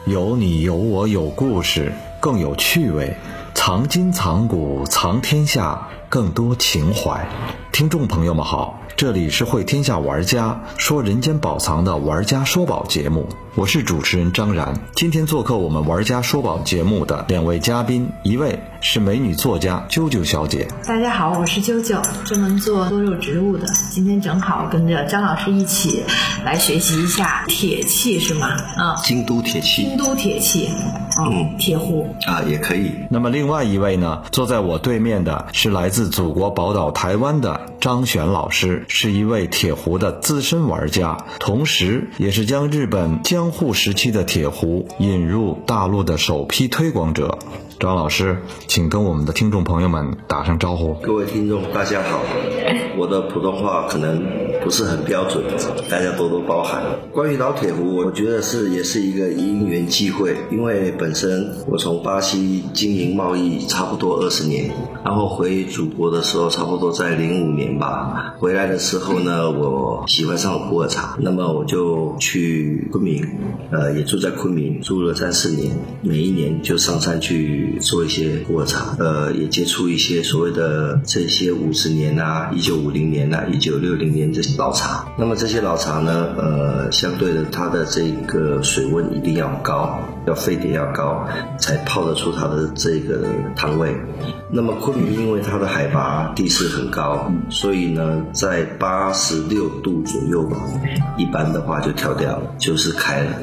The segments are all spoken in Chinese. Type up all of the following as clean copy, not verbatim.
有你有我有故事，更有趣味，藏今藏古藏天下，更多情怀。听众朋友们好，这里是会天下玩家说人间宝藏的玩家说宝节目，我是主持人张然。今天做客我们玩家说宝节目的两位嘉宾，一位是美女作家啾啾小姐。 大家好，我是啾啾，专门做多肉植物的。今天正好跟着张老师一起来学习一下铁器，是吗？ 京都铁器。 京都铁器，铁壶也可以。 那么另外一位呢，坐在我对面的是来自祖国宝岛台湾的张璇老师，是一位铁壶的资深玩家，同时也是将日本江户时期的铁壶引入大陆的首批推广者。张老师，请跟我们的听众朋友们打声招呼。 各位听众大家好，我的普通话可能不是很标准，大家多多包涵。关于老铁壶，我觉得也是一个因缘际会，因为本身我从巴西经营贸易差不多20年，然后回祖国的时候差不多在05年吧，回来的时候呢，我喜欢上了普洱茶，那么我就去昆明，也住在昆明，住了3-4年，每一年就上山去做一些普洱茶，也接触一些所谓的这些50年啊、1950年啊、1960年这些老茶。那么这些老茶呢，相对的它的这个水温一定要高，要沸点要高，才泡得出它的这个汤味。那么昆明因为它的海拔地势很高，所以呢在86度左右吧，一般的话就跳掉了，就是开了。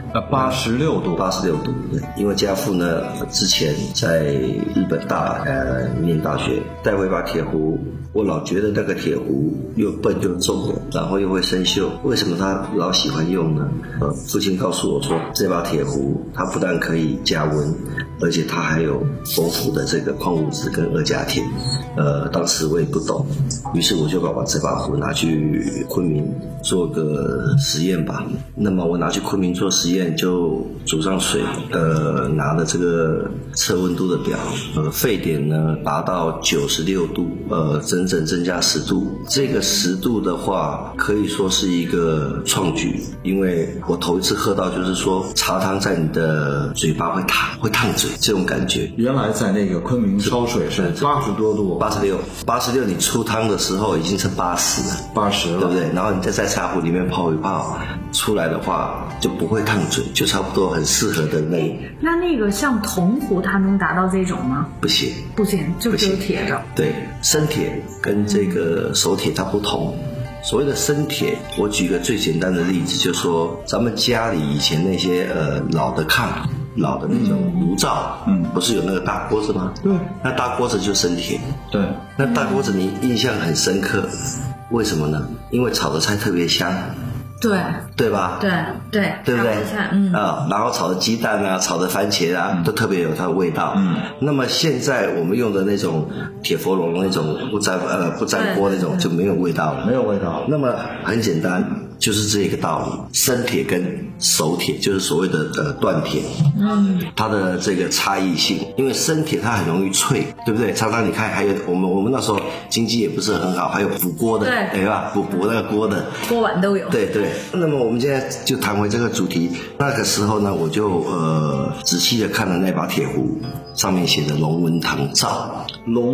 86度 ，86度，对。因为家父呢之前在日本大阪念大学，带回把铁壶，我老觉得那个铁壶又笨又重的，然后又会生锈，为什么他老喜欢用呢？父亲告诉我说，这把铁壶它不但可以加温，而且它还有丰富的这个矿物质跟二甲铁。当时我也不懂，于是我就把这把壶拿去昆明做个实验吧。那么我拿去昆明做实验，就煮上水，拿了这个测温度的表，沸点呢达到96度，整整增加10度。这个10度的话，可以说是一个创举，因为我头一次喝到，就是说茶汤在你的嘴巴会烫嘴这种感觉。 原来在那个昆明烧水是80多度 ，86，你出汤的时候已经是80了，对不对？然后你再在茶壶里面泡一泡，出来的话就不会烫嘴，就差不多很适合的那个像铜壶它能达到这种吗？ 不行， 就只有铁的。 对，生铁跟这个熟铁它不同。所谓的生铁，我举个最简单的例子，就是说咱们家里以前那些老的炕，老的那种炉灶，不是有那个大锅子吗？ 对， 那大锅子就是生铁。 对， 那大锅子你印象很深刻，为什么呢？因为炒的菜特别香。对吧？ 对， 对不对？然后炒的鸡蛋啊，炒的番茄啊，都特别有它的味道。那么现在我们用的那种铁佛笼那种不粘锅那种就没有味道了， 没有味道。 那么很简单，就是这个道理。生铁跟熟铁就是所谓的锻铁，它的这个差异性，因为生铁它很容易脆，对不对？常常你看还有我们那时候经济也不是很好，还有补锅的，对吧？补那个锅的， 锅碗都有。 对。那么我们现在就谈回这个主题。那个时候呢，我就仔细的看了那把铁壶，上面写着龙纹堂造，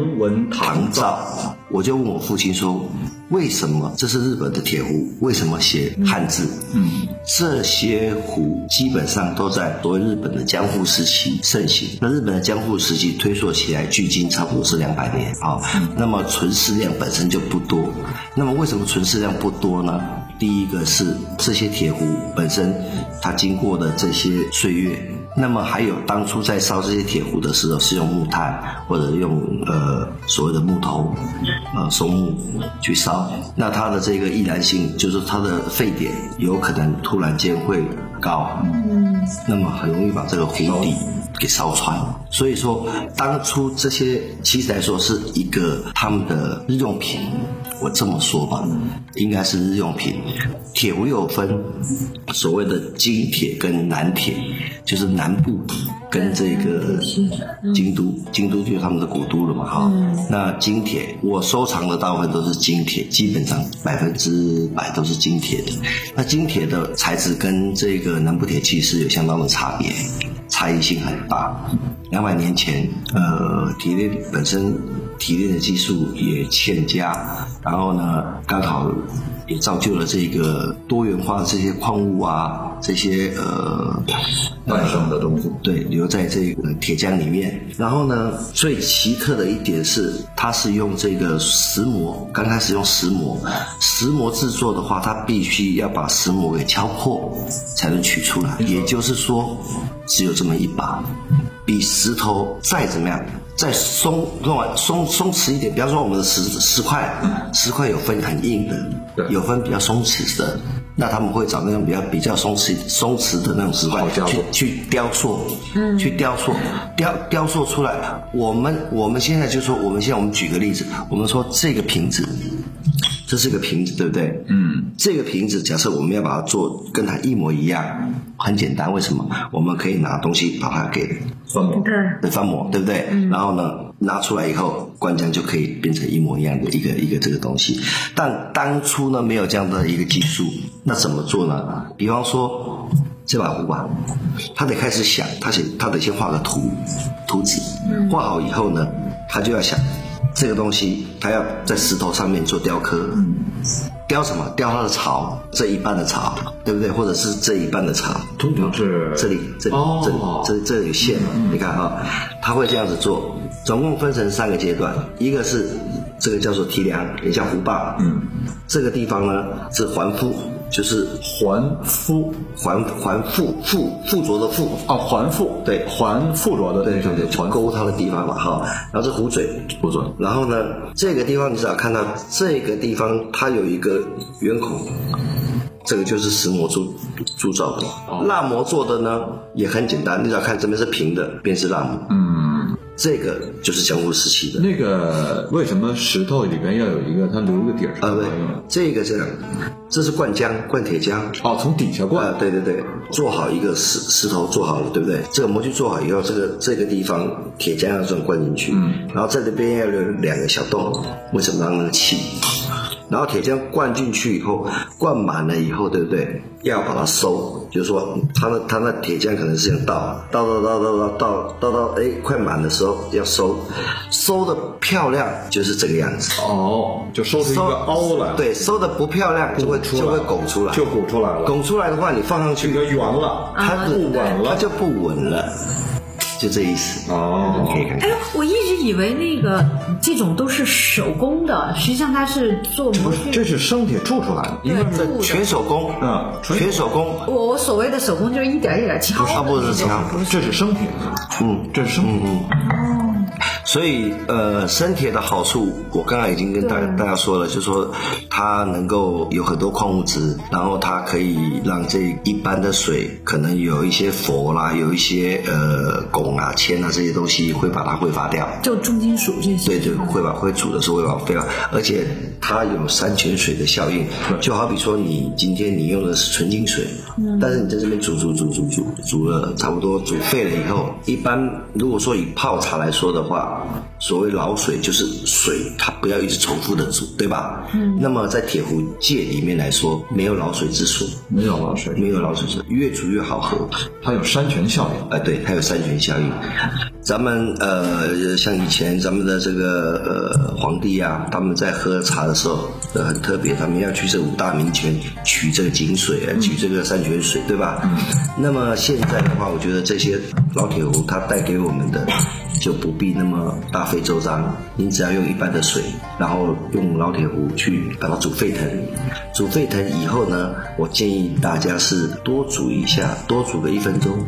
我就问我父亲说，为什么这是日本的铁壶，为什么写汉字？这些壶基本上都在所谓日本的江户时期盛行。那日本的江户时期推溯起来，距今差不多是200年啊。那么存世量本身就不多。那么为什么存世量不多呢？第一个是这些铁壶本身它经过的这些岁月，那么还有当初在烧这些铁壶的时候是用木炭或者用所谓的木头松木去烧，那它的这个易燃性就是它的沸点有可能突然间会高，那么很容易把这个壶底给烧穿。所以说当初这些其实来说是一个他们的日用品，我这么说吧，应该是日用品。铁壶有分所谓的京铁跟南铁，就是南部跟这个京都就是他们的古都了嘛，哈。那京铁我收藏的大部分都是京铁，基本上100%都是京铁的。那京铁的材质跟这个南部铁器是有相当的差别，差异性很大。200年前，提炼本身提炼的技术也欠佳，然后呢，刚好也造就了这个多元化的这些矿物啊，这些诞生的东西， 对，留在这个铁浆里面。然后呢，最奇特的一点是，它是用这个石磨，刚开始用石磨制作的话，它必须要把石磨给敲破才能取出来，也就是说，只有这么一把，比石头再怎么样。再松弛一点，比方说我们的石块有分很硬的，有分比较松弛的，那他们会找那种比较松弛的那种石块去雕塑，雕塑出来。我们现在就说，我们举个例子，我们说这个瓶子。这是个瓶子，对不对？这个瓶子假设我们要把它做跟它一模一样，很简单，为什么？我们可以拿东西把它给翻模， 对，翻模，对不对？然后呢，拿出来以后，灌浆就可以变成一模一样的一个这个东西。但当初呢，没有这样的一个技术，那怎么做呢？比方说这把壶吧，他得开始想，他得先画个图纸，画好以后呢，他就要想。这个东西，它要在石头上面做雕刻，雕什么？雕它的槽，这一半的槽，对不对？或者是这一半的槽， 通常是这里有线，你看啊，它会这样子做，总共分成3个阶段，一个是这个叫做提梁，也叫壶把，这个地方呢是环腹。就是环附着的附啊，环附对， 环附着的对，勾它的地方嘛哈。然后这壶嘴，然后呢，这个地方你只要看到这个地方它有一个圆孔，这个就是石磨铸造的。蜡模做的呢也很简单，你只要看这边是平的，便是蜡模。这个就是江户时期的。 那个为什么石头里边要有一个它留一个底儿？ 对，这个这是灌铁浆。 从底下灌。 对，做好一个石头做好了，对不对？这个模具做好以后，这个地方铁浆要这样灌进去，然后在这边要有2个小洞，为什么让那个气？然后铁浆灌进去以后，灌满了以后，对不对？要把它收，就是说它那铁浆可能是这样倒，快满的时候要收的漂亮就是这个样子。 就收出一个凹来。 对，收的不漂亮就会拱出来。 就拱出来了。 拱出来的话，你放上去就圆了，它不稳了， 它就不稳了。就这意思可以看看。 我一直以为那个这种都是手工的，实际上它是做模具。 这是生铁铸出来的，因为全手工，全手工。 我所谓的手工就是一点一点敲， 不是敲， 这是生铁。这是生铁。 所以生铁的好处，我刚才已经跟大家说了，就是说它能够有很多矿物质，然后它可以让这一般的水可能有一些氟啦，有一些汞啊、铅啊这些东西会把它挥发掉， 就重金属这些。 对，会煮的时候会把它挥发，而且它有山泉水的效应，就好比说今天你用的是纯净水，但是你在这边煮了差不多煮沸了以后，一般如果说以泡茶来说的话，所谓老水就是水，它不要一直重复的煮，对吧？那么在铁壶界里面来说，没有老水之说， 没有老水之说， 越煮越好喝， 它有山泉效应。 对，它有山泉效应。咱们像以前咱们的这个皇帝啊，他们在喝茶的时候很特别，他们要去这5大名泉取这个井水取这个山泉水，对吧？那么现在的话，我觉得这些老铁壶它带给我们的就不必那么大费周章，你只要用一般的水，然后用老铁壶去把它煮沸腾。煮沸腾以后呢，我建议大家是多煮一下，多煮个1分钟，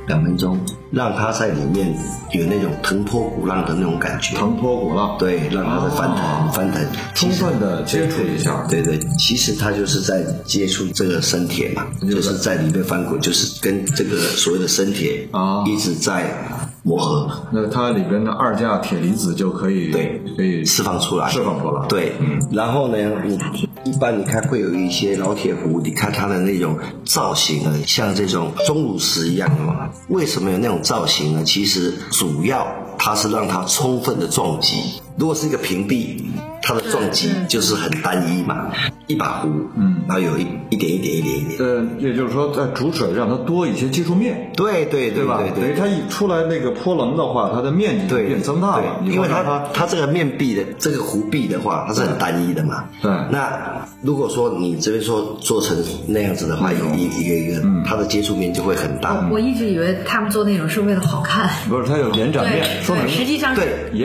2分钟，让它在里面有那种腾波鼓浪的那种感觉。 腾波鼓浪， 对，让它的翻腾， 充分的接触一下。 对，其实它就是在接触这个生铁嘛，就是在里面翻滚，就是跟这个所谓的生铁一直在磨合。 那它里边的2价铁离子就可以释放出来。对，然后呢，你一般你看会有一些老铁壶，你看它的那种造型呢，像这种钟乳石一样的嘛。为什么有那种造型呢？其实主要它是让它充分的撞击。如果是一个平壁，它的撞击就是很单一嘛，一把壶，然后有一点。 也就是说，在煮水让它多一些接触面。 对吧？ 等于它一出来那个波棱的话，它的面积就变增大了。 因为它这个面壁的这个壶壁的话，它是很单一的嘛。 对。 那如果说你这边说做成那样子的话，一个，它的接触面就会很大。 我一直以为他们做那种是为了好看。 不是，它有延展面，说明实际上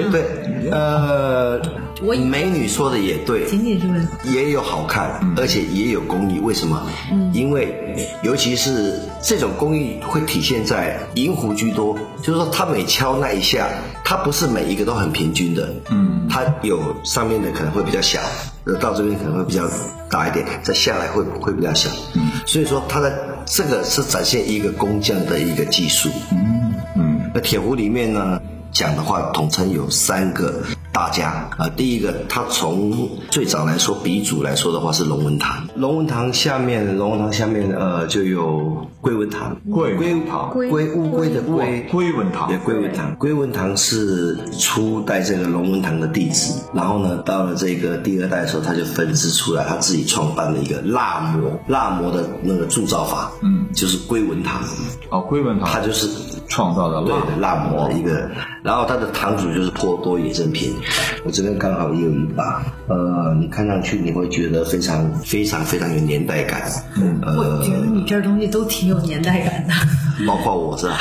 美女说的也对， 仅仅是为了也有好看，而且也有工艺。为什么？因为尤其是这种工艺会体现在银壶居多，就是说它每敲那一下，它不是每一个都很平均的，它有上面的可能会比较小，到这边可能会比较大一点，再下来会比较小，所以说它的这个是展现一个工匠的一个技术。那铁壶里面呢，讲的话统称有3个大家第一个，它从最早来说鼻祖来说的话是龙文堂。龙文堂下面就有归文堂。归乌龟的归文堂。 对，归文堂。归文堂是初代这个龙文堂的弟子，然后呢，到了这个第2代的时候，他就分支出来，他自己创办了一个蜡模的那个铸造法，就是归文堂。 归文堂， 他就是创造的蜡模的一个，然后他的堂主就是颇多野正平。我这边刚好也有一把，你看上去你会觉得非常有年代感。 我觉得你这儿东西都挺有年代感的， 包括我是吧？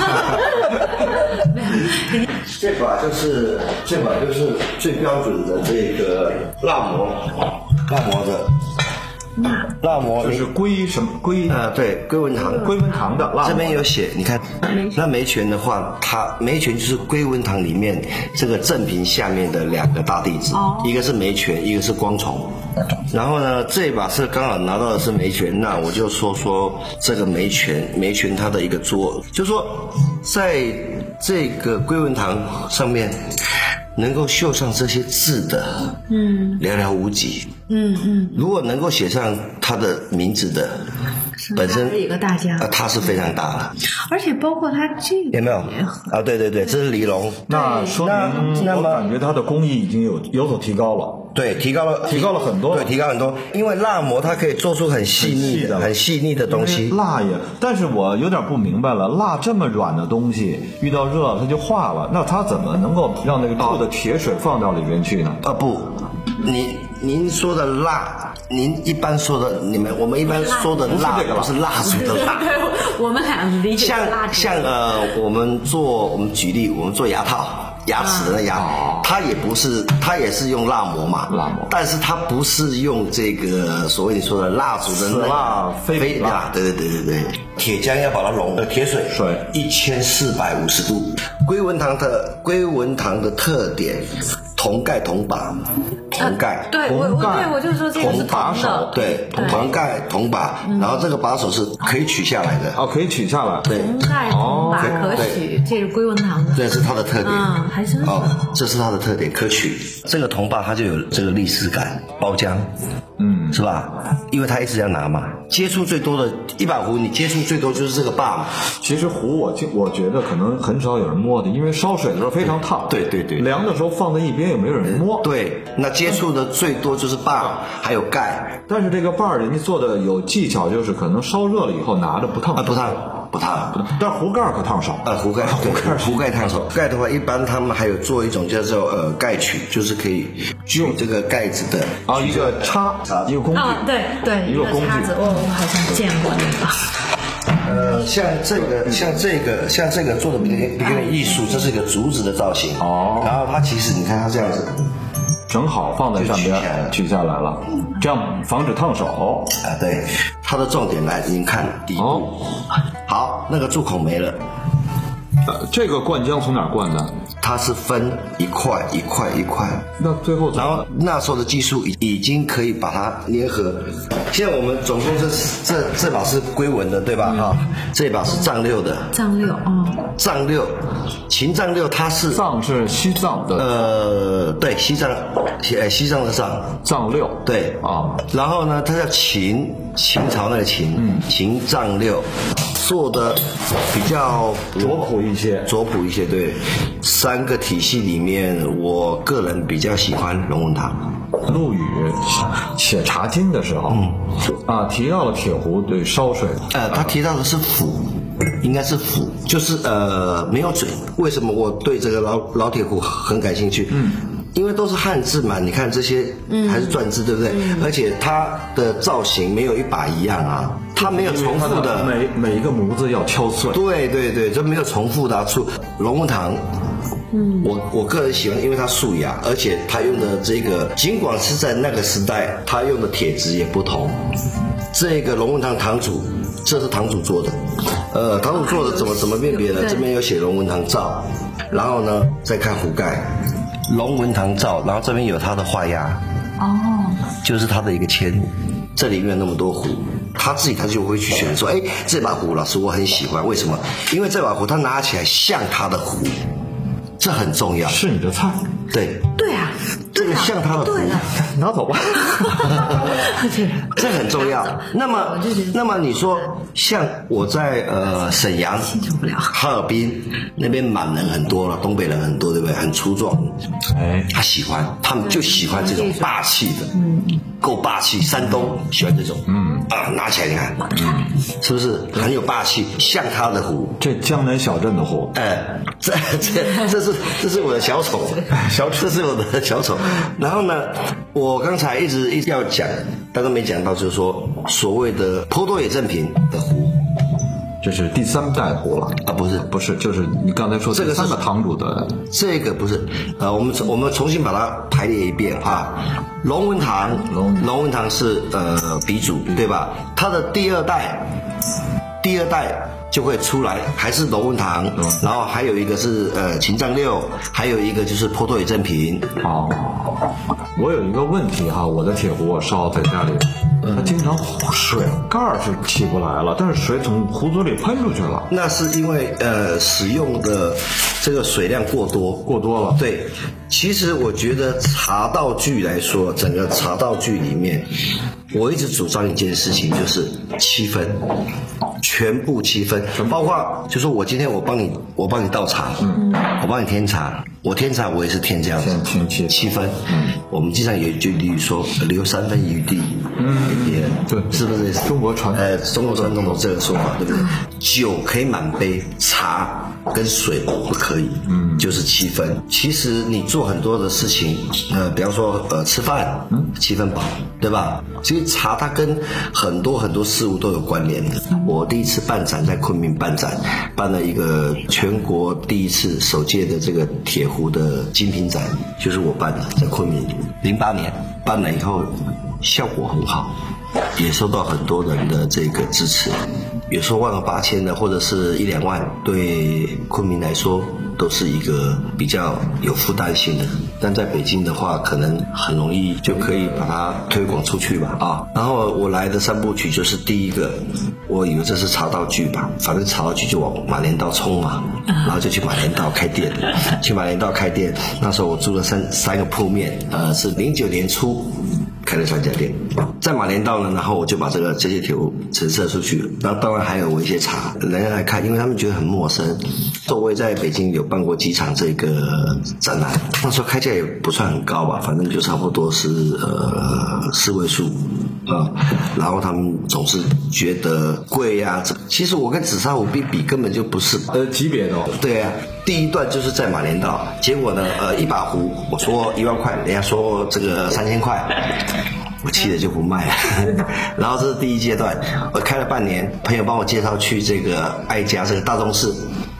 这把就是最标准的这个蜡模的。蜡模就是归什么归？ 对，归文堂的蜡模。这边有写，你看，那梅泉的话，梅泉就是归文堂里面这个正品下面的2个大弟子，一个是梅泉，一个是光崇。然后呢，这一把是刚好拿到的是梅泉，那我就说这个梅泉它的一个就是说在这个归文堂上面能够绣上这些字的，寥寥无几。如果能够写上他的名字的，本身是一个大家， 他是非常大的。 而且包括他这个有没有对，这是李龙。 那说明我感觉他的工艺已经有所提高了。 对，提高了很多。对，提高很多，因为蜡模它可以做出很细腻的东西。 但是我有点不明白了，蜡这么软的东西，遇到热了它就化了，那它怎么能够让那个铸的铁水放到里面去呢？ 不，您说的蜡，您一般说的我们一般说的蜡不是蜡烛的蜡。 对，我们俩理解像我们举例，我们做牙套。牙齿的那牙，它也是用蜡模嘛，但是它不是用这个所谓你说的蜡烛的蜡非蜡，对，铁浆要把它融铁水1450度。归文堂的特点，铜盖铜把， 对，我就说这个是把手， 对，铜盖铜把，然后这个把手是可以取下来的， 可以取下来， 对， 铜盖铜把可取，这是归文堂的， 这是它的特点， 还真是， 这是它的特点，可取。这个铜把它就有这个历史感，包浆，是吧？因为它一直要拿嘛，接触最多的一把壶，你接触最多就是这个把嘛。 其实壶我觉得可能很少有人摸的，因为烧水的时候非常烫， 对， 凉的时候放在一边也没有人摸， 对，那接触的最多就是把还有盖， 但是这个把人家做的有技巧，就是可能烧热了以后拿着不烫， 不烫， 但壶盖可烫手， 壶盖烫手。盖的话，一般他们还有做一种叫做盖取，就是可以用这个盖子的一个叉，一个工具， 对， 一个工具， 我好像见过那个。 像这个做的比较艺术，这是一个竹子的造型，然后它其实你看它这样子。 整好放在上边，取下来了，这样防止烫手。 对，它的重点来，您看底部，好，那个注孔没了。 这个灌浆从哪儿灌的？ 它是分一块一块一块， 那最后然后那时候的技术已经可以把它粘合。现在我们总共这把是归文的，对吧？这把是藏六的。 藏六， 藏六，秦藏六，它是藏是西藏的， 对，西藏的藏， 藏六， 对啊。然后呢，它叫秦朝那个秦，秦藏六，做的比较拙朴一些， 对。3个体系里面，我个人比较喜欢龙文堂。 陆羽写《茶经》的时候，提到了铁壶对烧水， 他提到的是釜，应该是釜，就是没有嘴。为什么我对这个老铁壶很感兴趣？因为都是汉字嘛，你看这些还是篆字，对不对？而且它的造型没有一把一样啊，它没有重复的， 每一个模字要敲碎。 对，就没有重复的出龙文堂。我个人喜欢，因为它素雅，而且它用的这个，尽管是在那个时代，它用的铁质也不同。这个龙文堂堂主，这是堂主做的，堂主做的怎么辨别呢？这边有写龙文堂造，然后呢再看壶盖，龙文堂造，然后这边有它的画押，就是它的一个签，这里面有那么多壶。他就会去选说，这把壶老师我很喜欢，为什么？因为这把壶它拿起来像他的壶，这很重要。 是你的菜。 对啊， 这个像他的壶， 拿走吧。 这很重要。那么你说，像我在沈阳、哈尔滨那边满人很多了，东北人很多，对不对？很粗壮，他们就喜欢这种霸气的，够霸气。山东喜欢这种，拿起来你看，是不是很有霸气？像他的壶， 这江南小镇的壶， 这是我的小丑。这是我的小丑。然后呢，我刚才一直要讲，但是没讲到，就是说所谓的颇多野正品的壶， 这是第3代壶了啊？不是，就是你刚才说这个3个堂主的， 这个不是。我们重新把它排列一遍啊。龙文堂是鼻祖，对吧？它的第二代就会出来，还是龙文堂，然后还有一个是秦藏六，还有一个就是颇多野正品。 我有一个问题哈，我的铁壶我烧在家里，它经常水盖是起不来了，但是水从壶嘴里喷出去了。 那是因为使用的这个水量过多了。对，其实我觉得茶道具来说，整个茶道具里面，我一直主张一件事情，就是7分。全部7分，包括就说我今天我帮你倒茶，我帮你添茶，我添茶我也是添这样子7分。我们经常有一句俚语说留3分余地给别人， 对， 是不是？中国传统的这个说法，对不对？酒可以满杯，茶跟水不可以，就是7分。其实你做很多的事情，比方说吃饭，7分饱，对吧？其实茶它跟很多事物都有关联的。我第一次办展在昆明办展，办了一个全国第一次首届的这个铁壶的精品展，就是我办的，在昆明，08年办了以后，效果很好，也受到很多人的这个支持，有时候1万8千的，或者是1-2万，对昆明来说都是一个比较有负担性的。但在北京的话，可能很容易就可以把它推广出去吧。然后我来的3部曲就是第一个，我以为这是茶道具吧，反正茶道具就往马连道冲嘛，然后就去马连道开店，那时候我租了三个铺面，是09年初开了3家店，在马连道呢，然后我就把这些铁壶陈设出去，然后当然还有我一些茶，人家来看，因为他们觉得很陌生。我也在北京有办过几场这个展览，那时候开价也不算很高吧，反正就差不多是4位数然后他们总是觉得贵呀。其实我跟紫砂壶比根本就不是级别的。 对啊，第一段就是在马连道，结果呢一把壶我说1万块，人家说这个3000块，我气得就不卖了。然后这是第一阶段，我开了半年，朋友帮我介绍去这个爱家这个大钟寺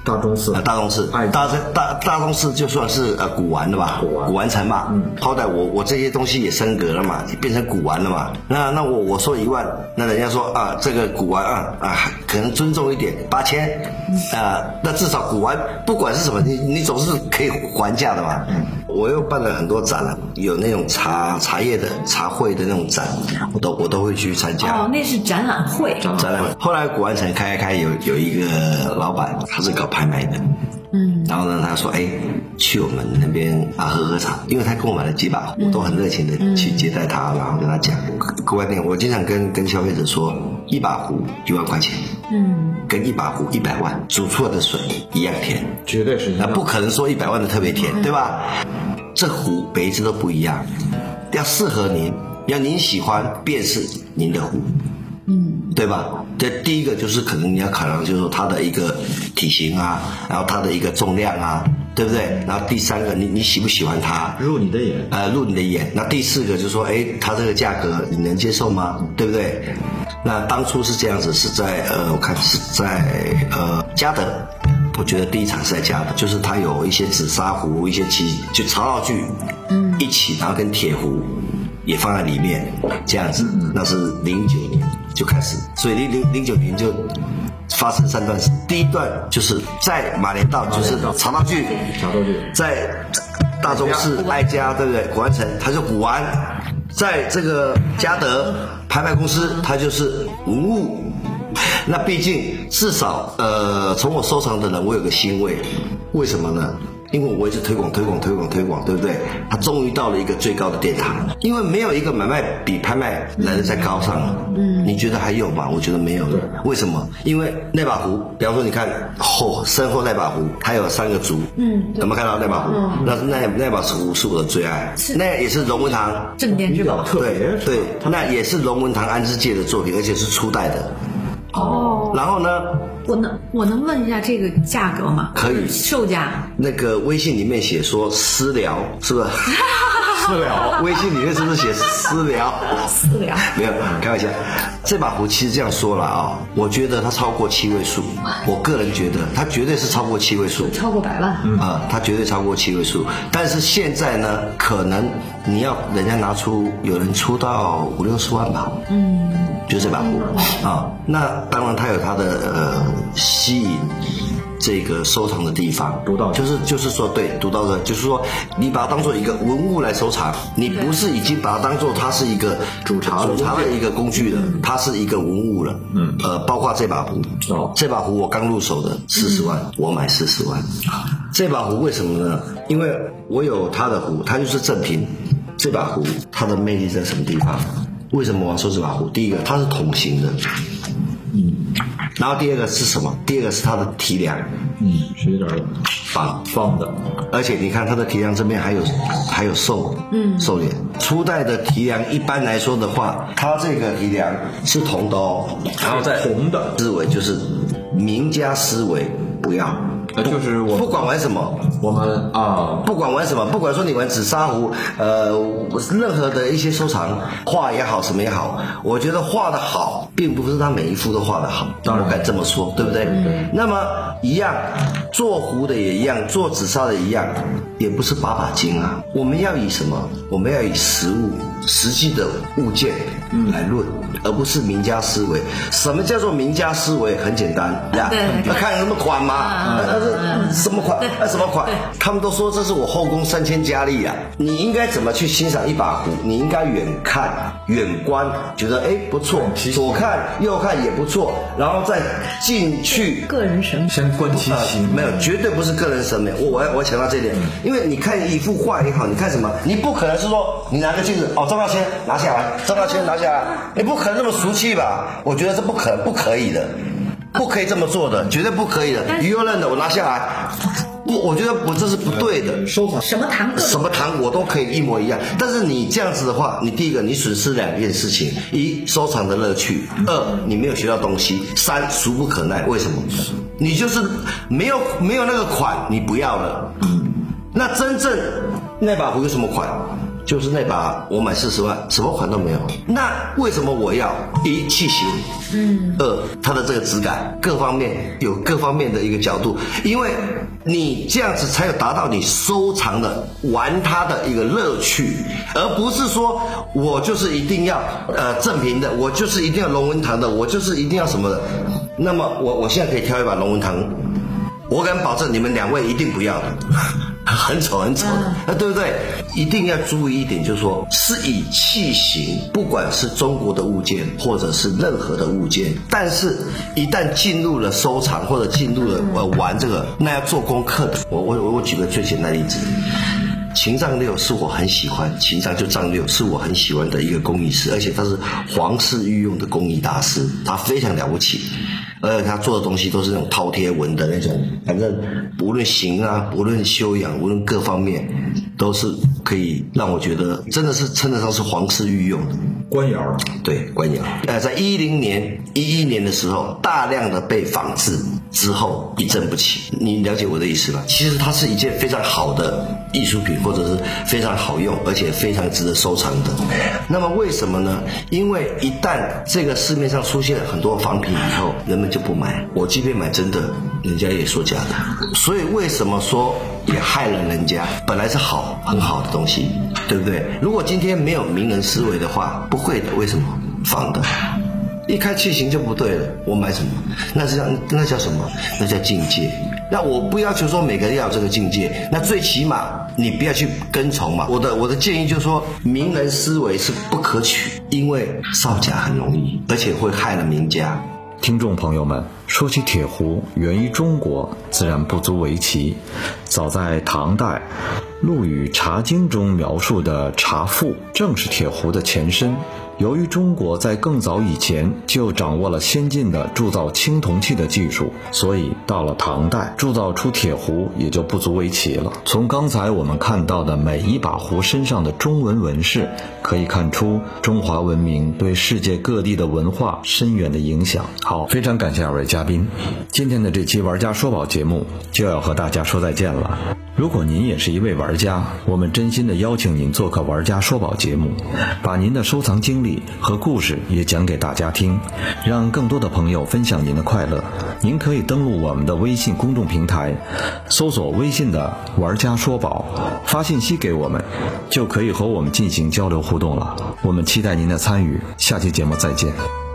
大钟寺， 大钟寺，大钟寺就算是古玩的吧，古玩城嘛。好歹我这些东西也升格了嘛，变成古玩了嘛。那我说1万，那人家说这个古玩可能尊重一点，8000，那至少古玩不管是什么，你总是可以还价的嘛。我又办了很多展了，有那种茶叶的茶会的那种展，我都会去参加。 哦，那是展览会。 展览会。后来古玩城开有一个老板，他是搞拍卖的。然后呢，他说：“去我们那边喝茶，因为他跟我买了几把，我都很热情的去接待他，然后跟他讲观念。我经常跟消费者说，一把壶1万块钱，跟一把壶100万煮出来的水一样甜， 绝对是一样。 那不可能说100万的特别甜，对吧？这壶每一只都不一样，要适合您，要您喜欢便是您的壶。”对吧？这第一个就是可能你要考量，就是说它的一个体型啊，然后它的一个重量啊，对不对？然后第3个，你喜不喜欢它？ 入你的眼。 入你的眼。那第4个就是说，它这个价格你能接受吗？对不对？那当初是这样子，是在我看是在嘉德。我觉得第一场是在嘉德，就是它有一些紫砂壶，一些就茶道具，一起，然后跟铁壶也放在里面，这样子。那是09年就开始，所以09年就发生3段事。第一段就是在马连道，就是茶道具，在大钟寺爱家，对不对？古玩城它就古玩，在这个嘉德拍卖公司它就是文物。那毕竟至少从我收藏的人，我有个欣慰，为什么呢？因为我一直推广，对不对？它终于到了一个最高的殿堂，因为没有一个买卖比拍卖来的再高尚了。你觉得还有吗？我觉得没有了。为什么？因为那把壶，比方说你看身后那把壶，它有3个足。有没有看到那把壶？那把壶是我的最爱，那也是龙文堂镇店之宝。 对，那也是龙文堂安之介的作品，而且是初代的。然后呢？ 我能问一下这个价格吗？ 可以， 售价。 那个微信里面写说私聊，是不是？私聊，微信里面是不是写私聊？ 私聊没有，开玩笑。这把壶其实这样说了我觉得它超过7位数，我个人觉得它绝对是超过7位数， 超过100万。 它绝对超过7位数。但是现在呢，可能你要人家有人出到50-60万吧。就这把壶那当然它有它的吸引这个收藏的地方，就是说对，独到的，就是说你把它当做一个文物来收藏，你不是已经把它当做它是一个煮茶的一个工具了，它是一个文物了。包括这把壶，这把壶我刚入手的40万，我买40万。这把壶为什么呢？因为我有它的壶，它就是正品。这把壶它的魅力在什么地方？为什么我要说这把壶？第一个，它是筒形的，然后第2个是什么？第2个是它的提梁， 是有点方的， 而且你看它的提梁这边还有兽脸。初代的提梁一般来说的话，它这个提梁是铜的然后在铜的思维就是名家思维，不要。 就是我不管玩什么， 我们不管玩什么，不管说你玩紫砂壶，任何的一些收藏，画也好，什么也好，我觉得画的好，并不是他每一幅都画的好，当然该这么说，对不对？那么一样，做壶的也一样，做紫砂的一样，也不是把把斤啊。我们要以什么？我们要以实际的物件来论，而不是名家思维。什么叫做名家思维？很简单，看什么款嘛。什么款？什么款？他们都说这是我后宫3000佳丽啊！你应该怎么去欣赏一把壶？你应该远看远观，觉得不错，左看右看也不错，然后再进去。 个人审美， 先观其形， 没有，绝对不是个人审美。我要强调这一点，因为你看一幅画也好，你看什么，你不可能是说你拿个镜子张大千拿下来，张大千拿下来，你不可能那么俗气吧？我觉得这不可以的。不可以这么做的，绝对不可以的。鱼肉刃的我拿下来，我觉得这是不对的。 收藏什么糖我都可以一模一样。但是你这样子的话，你第一个你损失2件事情：一，收藏的乐趣；二，你没有学到东西；三，俗不可耐。为什么？你就是没有那个款，你不要了。那真正那把壶有什么款？ 就是那把我买40万，什么款都没有。那为什么我要？一，器型，二，它的这个质感，各方面有各方面的一个角度，因为你这样子才有达到你收藏的玩它的一个乐趣，而不是说我就是一定要正品的，我就是一定要龙纹堂的，我就是一定要什么的。那么我现在可以挑一把龙纹堂，我敢保证你们2位一定不要的。很丑的，对不对？一定要注意一点，就是说是以器型，不管是中国的物件或者是任何的物件，但是一旦进入了收藏或者进入了玩这个，那要做功课的。我举个最简单的例子，秦丈六是我很喜欢，秦丈就丈六是我很喜欢的一个工艺师，而且他是皇室御用的工艺大师，他非常了不起。而且他做的东西都是那种饕餮纹的那种，反正无论形啊，无论修养，无论各方面，都是可以让我觉得真的是称得上是皇室御用的官窑。 对，官窑。在11年的时候，大量的被仿制之后一振不起。你了解我的意思吧？其实它是一件非常好的艺术品，或者是非常好用，而且非常值得收藏的。那么为什么呢？因为一旦这个市面上出现了很多仿品以后，人们就不买。我即便买真的，人家也说假的。所以为什么说也害了人家？本来是很好的东西，对不对？如果今天没有名人思维的话，不会的。为什么？仿的。一开器型就不对了，我买什么？那叫什么？那叫境界。那我不要求说每个人要有这个境界，那最起码你不要去跟从嘛。我的建议就是说，名人思维是不可取，因为造假很容易，而且会害了名家。 听众朋友们，说起铁壶，源于中国，自然不足为奇。早在唐代，陆羽《茶经》中描述的茶覆，正是铁壶的前身。由于中国在更早以前就掌握了先进的铸造青铜器的技术，所以到了唐代，铸造出铁壶也就不足为奇了。从刚才我们看到的每一把壶身上的中文纹饰，可以看出中华文明对世界各地的文化深远的影响。好，非常感谢2位嘉宾。今天的这期玩家说宝节目就要和大家说再见了。如果您也是一位玩家，我们真心的邀请您做客玩家说宝节目，把您的收藏经历和故事也讲给大家听，让更多的朋友分享您的快乐。您可以登录我们的微信公众平台，搜索微信的玩家说宝，发信息给我们，就可以和我们进行交流互动了。我们期待您的参与，下期节目再见。